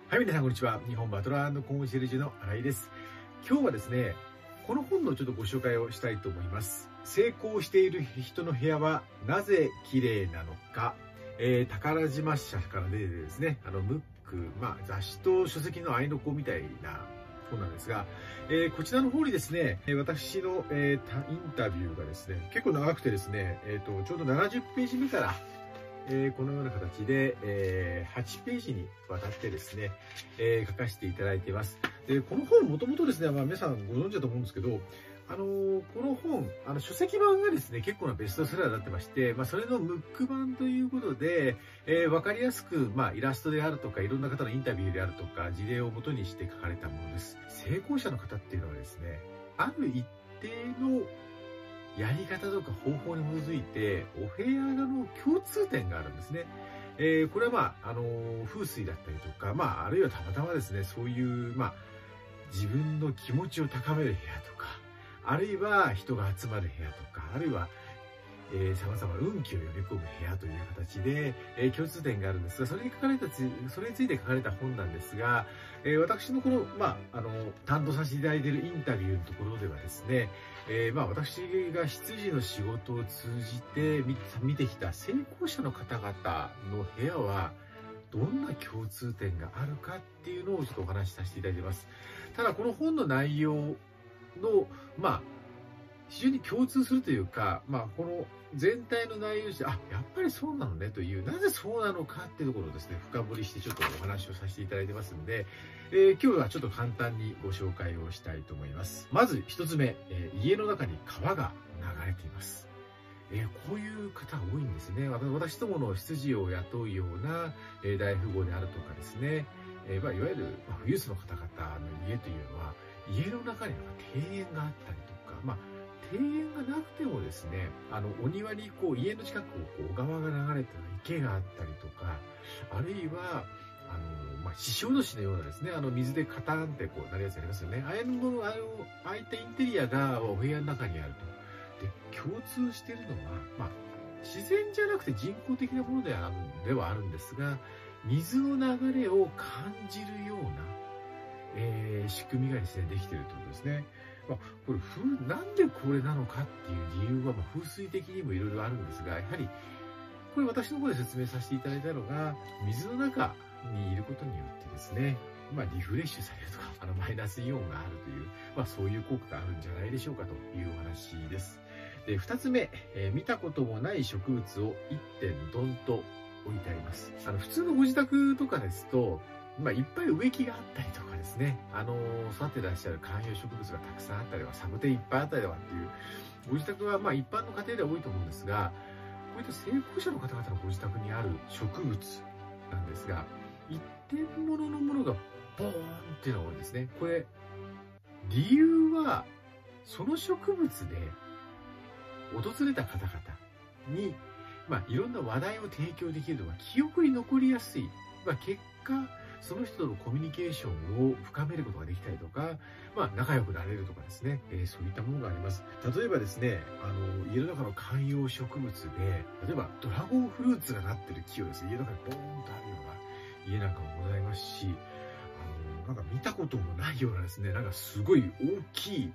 はい、皆さんこんにちは。日本バトラーコンシェルジュの新井です。今日はですね、この本のちょっとご紹介をしたいと思います。成功している人の部屋はなぜ綺麗なのか。宝島社から出てですね、ムック、雑誌と書籍の合いの子みたいな本なんですが、こちらの方にですね、私の、インタビューがですね、結構長くてですね、ちょうど70ページ目から、このような形で、8ページにわたってですね、書かせていただいています。で、この本もともとですね、皆さんご存知だと思うんですけど、この本、書籍版がですね、結構なベストセラーになってまして、それのムック版ということで、わかりやすく、イラストであるとか、いろんな方のインタビューであるとか、事例を元にして書かれたものです。成功者の方っていうのはですね、ある一定のやり方とか方法に基づいて、お部屋の共通点があるんですね。これは風水だったりとか、あるいはたまたまですね、そういう、自分の気持ちを高める部屋とか、あるいは人が集まる部屋とか、あるいは、様々運気を呼び込む部屋という形で、共通点があるんですが、それについて書かれた本なんですが、私のこの、担当させていただいているインタビューのところではですね、私が執事の仕事を通じて見てきた成功者の方々の部屋は、どんな共通点があるかっていうのをちょっとお話しさせていただいています。ただ、この本の内容の、非常に共通するというか、この全体の内容として、やっぱりそうなのねという、なぜそうなのかっていうところをですね、深掘りしてちょっとお話をさせていただいてますんで、今日はちょっと簡単にご紹介をしたいと思います。まず一つ目、家の中に川が流れています。こういう方多いんですね。私どもの執事を雇うような大富豪であるとかですね、いわゆる富裕層の方々の家というのは、家の中に庭園があったりとか、庭園がなくてもですね、お庭に家の近くを小川が流れてる池があったりとか、あるいは、ししおどしのようなですね、水でカタンってなるやつありますよね。ああいったインテリアがお部屋の中にあると。で、共通しているのは、自然じゃなくて人工的なものではあるんですが、水の流れを感じるような、仕組みがですね、できているということですね。これ、なんでこれなのかっていう理由は、風水的にもいろいろあるんですが、やはり、これ私の方で説明させていただいたのが、水の中にいることによってですね、リフレッシュされるとか、マイナスイオンがあるという、そういう効果があるんじゃないでしょうかというお話です。で、二つ目、見たこともない植物を一点ドンと置いてあります。普通のご自宅とかですと、いっぱい植木があったりとかですね、育ててらっしゃる観葉植物がたくさんあったりとか、サボテンいっぱいあったりとかっていう、ご自宅は一般の家庭では多いと思うんですが、こういった成功者の方々のご自宅にある植物なんですが、一点物のものがボーンっていうのが多いですね。これ、理由は、その植物で訪れた方々に、いろんな話題を提供できるとか、記憶に残りやすい。結果、その人とのコミュニケーションを深めることができたりとか、仲良くなれるとかですね、そういったものがあります。例えばですね、家の中の観葉植物で、例えばドラゴンフルーツがなってる木をですね、家の中にボーンとあるような家なんかもございますし、見たこともないようなですね、すごい大きい、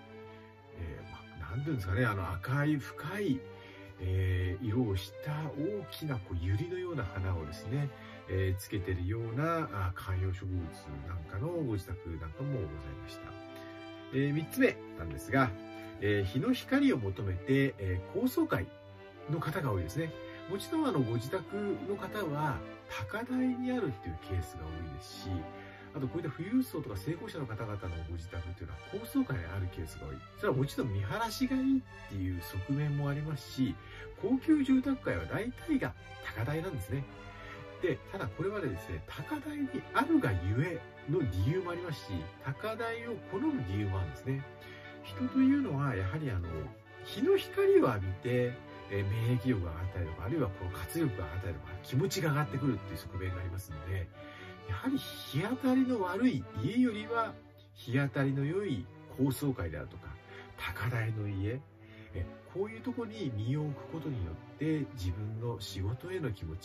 なんていうんですかね、赤い深い、色をした大きな百合のような花をですね、つけてるような観葉植物なんかのご自宅なんかもございました。3つ目なんですが、日の光を求めて、高層階の方が多いですね。もちろんご自宅の方は高台にあるっていうケースが多いですし、あとこういった富裕層とか成功者の方々のご自宅っていうのは高層階にあるケースが多い。それはもちろん見晴らしがいいっていう側面もありますし、高級住宅街は大体が高台なんですね。で、ただこれはですね、高台にあるがゆえの理由もありますし、高台を好む理由もあるんですね。人というのはやはり日の光を浴びて、免疫力が上がったりとか、あるいはこの活力が上がったりとか、気持ちが上がってくるっていう側面がありますので、やはり日当たりの悪い家よりは日当たりの良い高層階であるとか高台の家、こういうところに身を置くことによって自分の仕事への気持ち、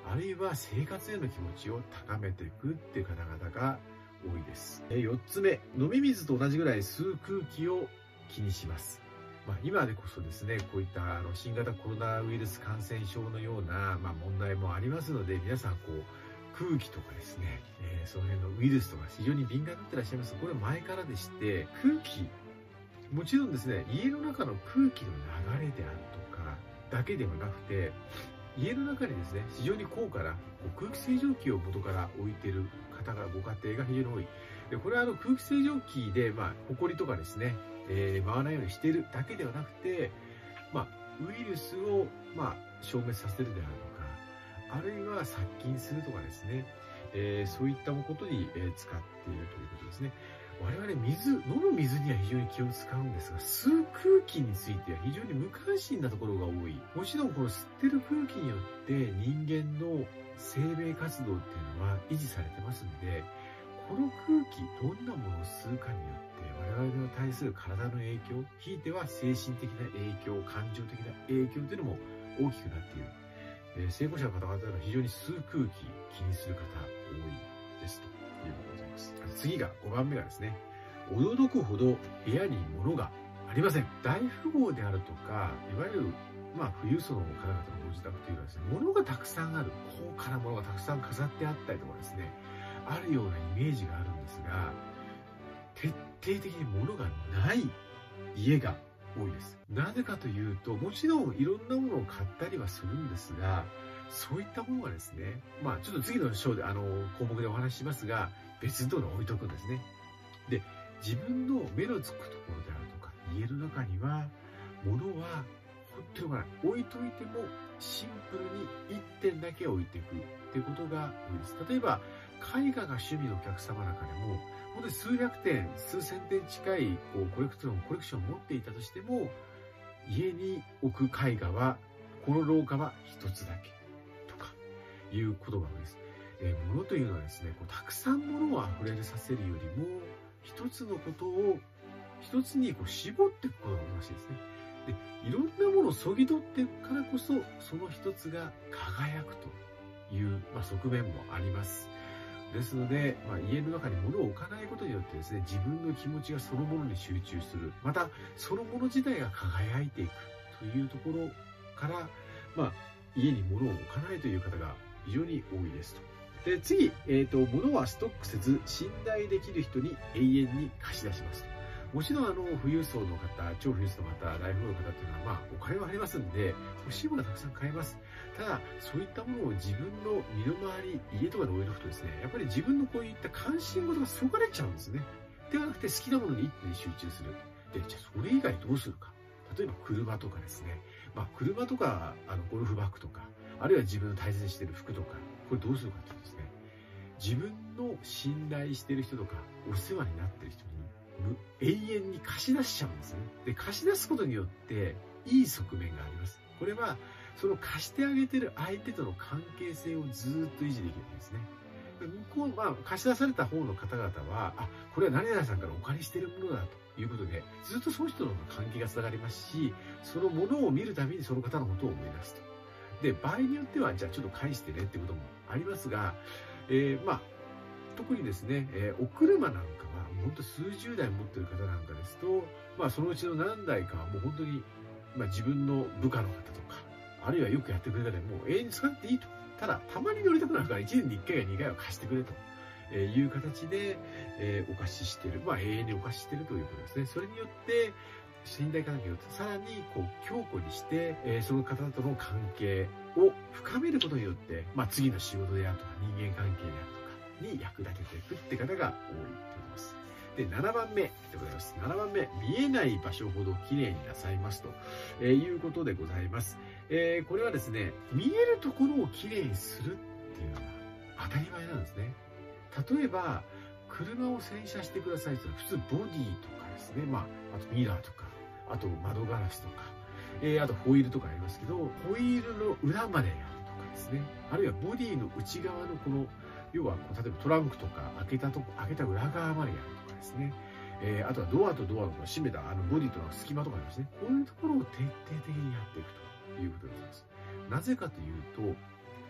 あるいは生活への気持ちを高めていくっていう方々が多いです。4つ目、飲み水と同じぐらい吸う空気を気にします。今でこそですね、こういった新型コロナウイルス感染症のような、問題もありますので、皆さん空気とかですね、その辺のウイルスとか非常に敏感になってらっしゃいます。これは前からでして、空気、もちろんですね、家の中の空気の流れであるとかだけではなくて、家の中にですね、非常に高価な空気清浄機を元から置いている方が、ご家庭が非常に多い。で、これは空気清浄機で、埃とかですね、回らないようにしているだけではなくて、ウイルスを、消滅させるであるとか、あるいは殺菌するとかですね、そういったことに使っているということですね。我々飲む水には非常に気を使うんですが、吸う空気については非常に無関心なところが多い。もちろんこの吸ってる空気によって人間の生命活動っていうのは維持されてますんで、この空気、どんなものを吸うかによって我々に対する体の影響、ひいては精神的な影響、感情的な影響というのも大きくなっている。成功者の方々は非常に吸う空気気にする方多いですということでございます。次が5番目がですね、驚くほど部屋に物がありません。大富豪であるとか、いわゆる富裕層の方々のご自宅というのはですね、物がたくさんある、高価なものがたくさん飾ってあったりとかですね、あるようなイメージがあるんですが、徹底的に物がない家が多いです。なぜかというと、もちろんいろんなものを買ったりはするんですが、そういったものがですね、ちょっと次の章で項目でお話ししますが、別のところに置いとくんですね。で、自分の目のつくところであるとか、家の中には、物は本当に置いといてもシンプルに1点だけ置いていくっていうことが多いです。例えば、絵画が趣味のお客様なんかでも、本当に数百点、数千点近いコレクションを持っていたとしても、家に置く絵画は、この廊下は1つだけとかいうことが多いです。物というのはですね、たくさん物を溢れさせるよりも、一つのことを一つに絞っていくことが難しいですね。で、いろんなものをそぎ取っていくからこそ、その一つが輝くという、側面もあります。ですので、家の中に物を置かないことによってですね、自分の気持ちがそのものに集中する。また、そのもの自体が輝いていくというところから、家に物を置かないという方が非常に多いですと。で、次、物はストックせず、信頼できる人に永遠に貸し出しますと。もちろん富裕層の方、超富裕層の方、大富豪の方っていうのは、お金はありますんで、欲しいものはたくさん買えます。ただ、そういったものを自分の身の回り、家とかで置いとくとですね、やっぱり自分のこういった関心事がそがれちゃうんですね。ではなくて、好きなものに一手に集中する。で、じゃあそれ以外どうするか。例えば車とかですね。車とか、ゴルフバッグとか、あるいは自分の大切にしている服とか、これどうするかというとですね、自分の信頼している人とか、お世話になっている人に、永遠に貸し出しちゃうんですね。で、貸し出すことによって、いい側面があります。これは、その貸してあげてる相手との関係性をずっと維持できるんですね。向こう、貸し出された方の方々は、これは何々さんからお借りしているものだということで、ずっとその人との関係がつながりますし、そのものを見るたびにその方のことを思い出すと。で、場合によっては、じゃあちょっと返してねってこともありますが、特にですね、お車なんかは、本当数十台持ってる方なんかですと、そのうちの何台かはもう本当に、自分の部下の方とか、あるいはよくやってくれたらもう永遠に使っていいと。ただ、たまに乗りたくなるから1年に1回や2回は貸してくれという形で、お貸ししている。永遠にお貸ししているということですね。それによって、信頼関係をさらに強固にして、その方との関係を深めることによって、次の仕事であるとか人間関係であるとかに役立てていくって方が多いと思います。で、7番目でございます。7番目、見えない場所ほどきれいになさいますということでございます。これはですね、見えるところをきれいにするっていうのは当たり前なんですね。例えば、車を洗車してくださいというのは普通ボディとかですね、あとミラーとか、あと窓ガラスとか、あとホイールとかありますけど、ホイールの裏までやるとかですね、あるいはボディの内側の要は例えばトランクとか開けた裏側までやるとかですね、あとはドアとドアの閉めたボディとの隙間とかですね、こういうところを徹底的にやっていくということでございます。なぜかというと、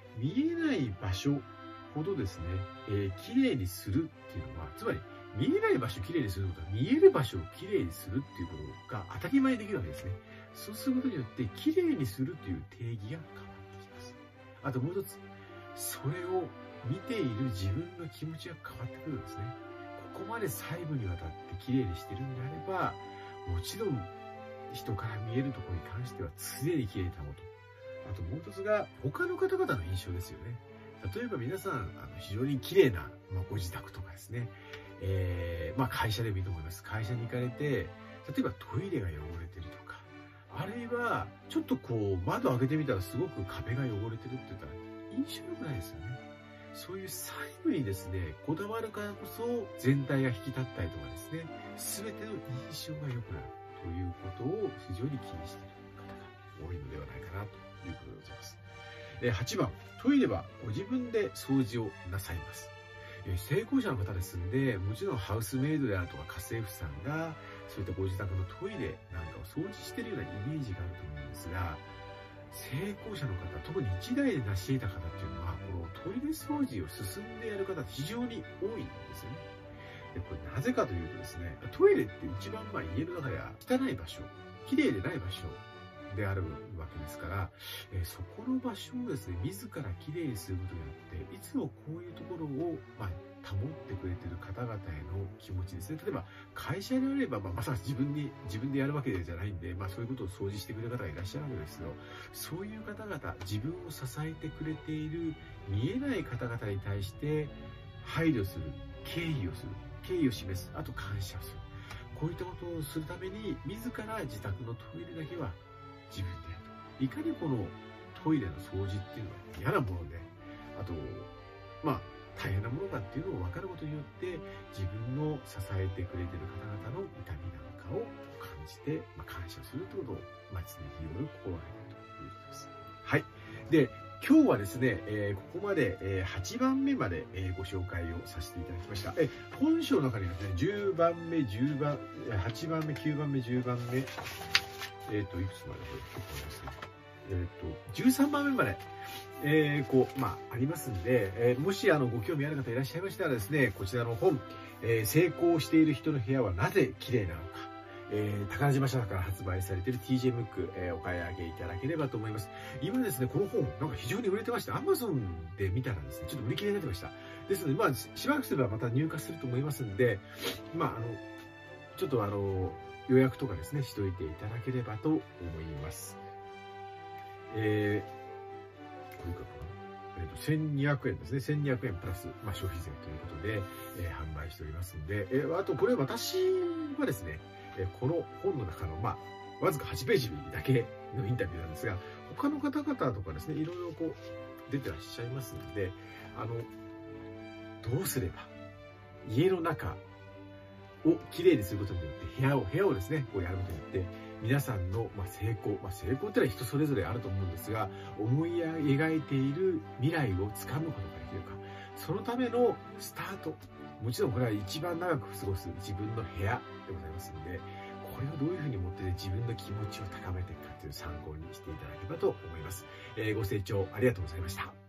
見えない場所ほどですね、綺麗にするっていうのは、つまり見えない場所をきれいにすることは、見える場所をきれいにするっていうことが当たり前にできるわけですね。そうすることによって、きれいにするという定義が変わってきます。あともう一つ、それを見ている自分の気持ちが変わってくるんですね。ここまで細部にわたってきれいにしてるんであれば、もちろん人から見えるところに関しては常にきれいに保とう。あともう一つが、他の方々の印象ですよね。例えば皆さん、非常に綺麗な、ご自宅とかですね、会社でもいいと思います。会社に行かれて、例えばトイレが汚れてるとか、あるいは、ちょっと窓開けてみたらすごく壁が汚れてるって言ったら、印象良くないですよね。そういう細部にですね、こだわるからこそ、全体が引き立ったりとかですね、全ての印象が良くなるということを非常に気にしている方が多いのではないかなということでございます。8番、トイレはご自分で掃除をなさいます。成功者の方ですんで、もちろんハウスメイドであるとか家政婦さんが、そういったご自宅のトイレなんかを掃除しているようなイメージがあると思うんですが、成功者の方、特に1代で成し得た方っていうのは、このトイレ掃除を進んでやる方非常に多いんですよね。で、これなぜかというとですね、トイレって一番家の中では汚い場所、綺麗でない場所であるわけですから、そこの場所をですね、自らきれいにすることによって、いつもこういうところを、保ってくれている方々への気持ちですね。例えば、会社であれば、まさか自分でやるわけじゃないんで、そういうことを掃除してくれる方がいらっしゃるわけですけど、そういう方々、自分を支えてくれている見えない方々に対して配慮する、敬意をする、敬意を示す、あと感謝をする。こういったことをするために、自ら自宅のトイレだけは自分でやると。いかにこのトイレの掃除っていうのは嫌なもので、あと、大変なものだっていうのを分かることによって、自分の支えてくれている方々の痛みなんかを感じて、感謝するということを、常に日頃心がけているということです。はい。で、今日はですね、ここまで、8番目まで、ご紹介をさせていただきました。本書の中にはですね、10番目、10番、8番目、9番目、10番目、いくつまでこれ、結構ありますね。13番目まで、ありますんで、もしご興味ある方いらっしゃいましたらですね、こちらの本、成功している人の部屋はなぜ綺麗なのか、宝島社から発売されている TJ ムック、お買い上げいただければと思います。今ですね、この本、なんか非常に売れてまして、Amazon で見たらですね、ちょっと売り切れになってました。ですので、しばらくすればまた入荷すると思いますんで、ちょっと予約とかですね、しといていただければと思います。これかな。1200円ですね。1200円プラス、消費税ということで、販売しておりますんで、あとこれ私はですね、この本の中の、わずか8ページだけのインタビューなんですが、他の方々とかですね、いろいろ出てらっしゃいますので、どうすれば家の中をきれいにすることによって部屋をですね、やることによって皆さんの成功、成功ってのは人それぞれあると思うんですが、思い描いている未来をつかむことができるか、そのためのスタート、もちろんこれは一番長く過ごす自分の部屋でございますので、これをどういうふうに持って自分の気持ちを高めていくかという参考にしていただければと思います。ご清聴ありがとうございました。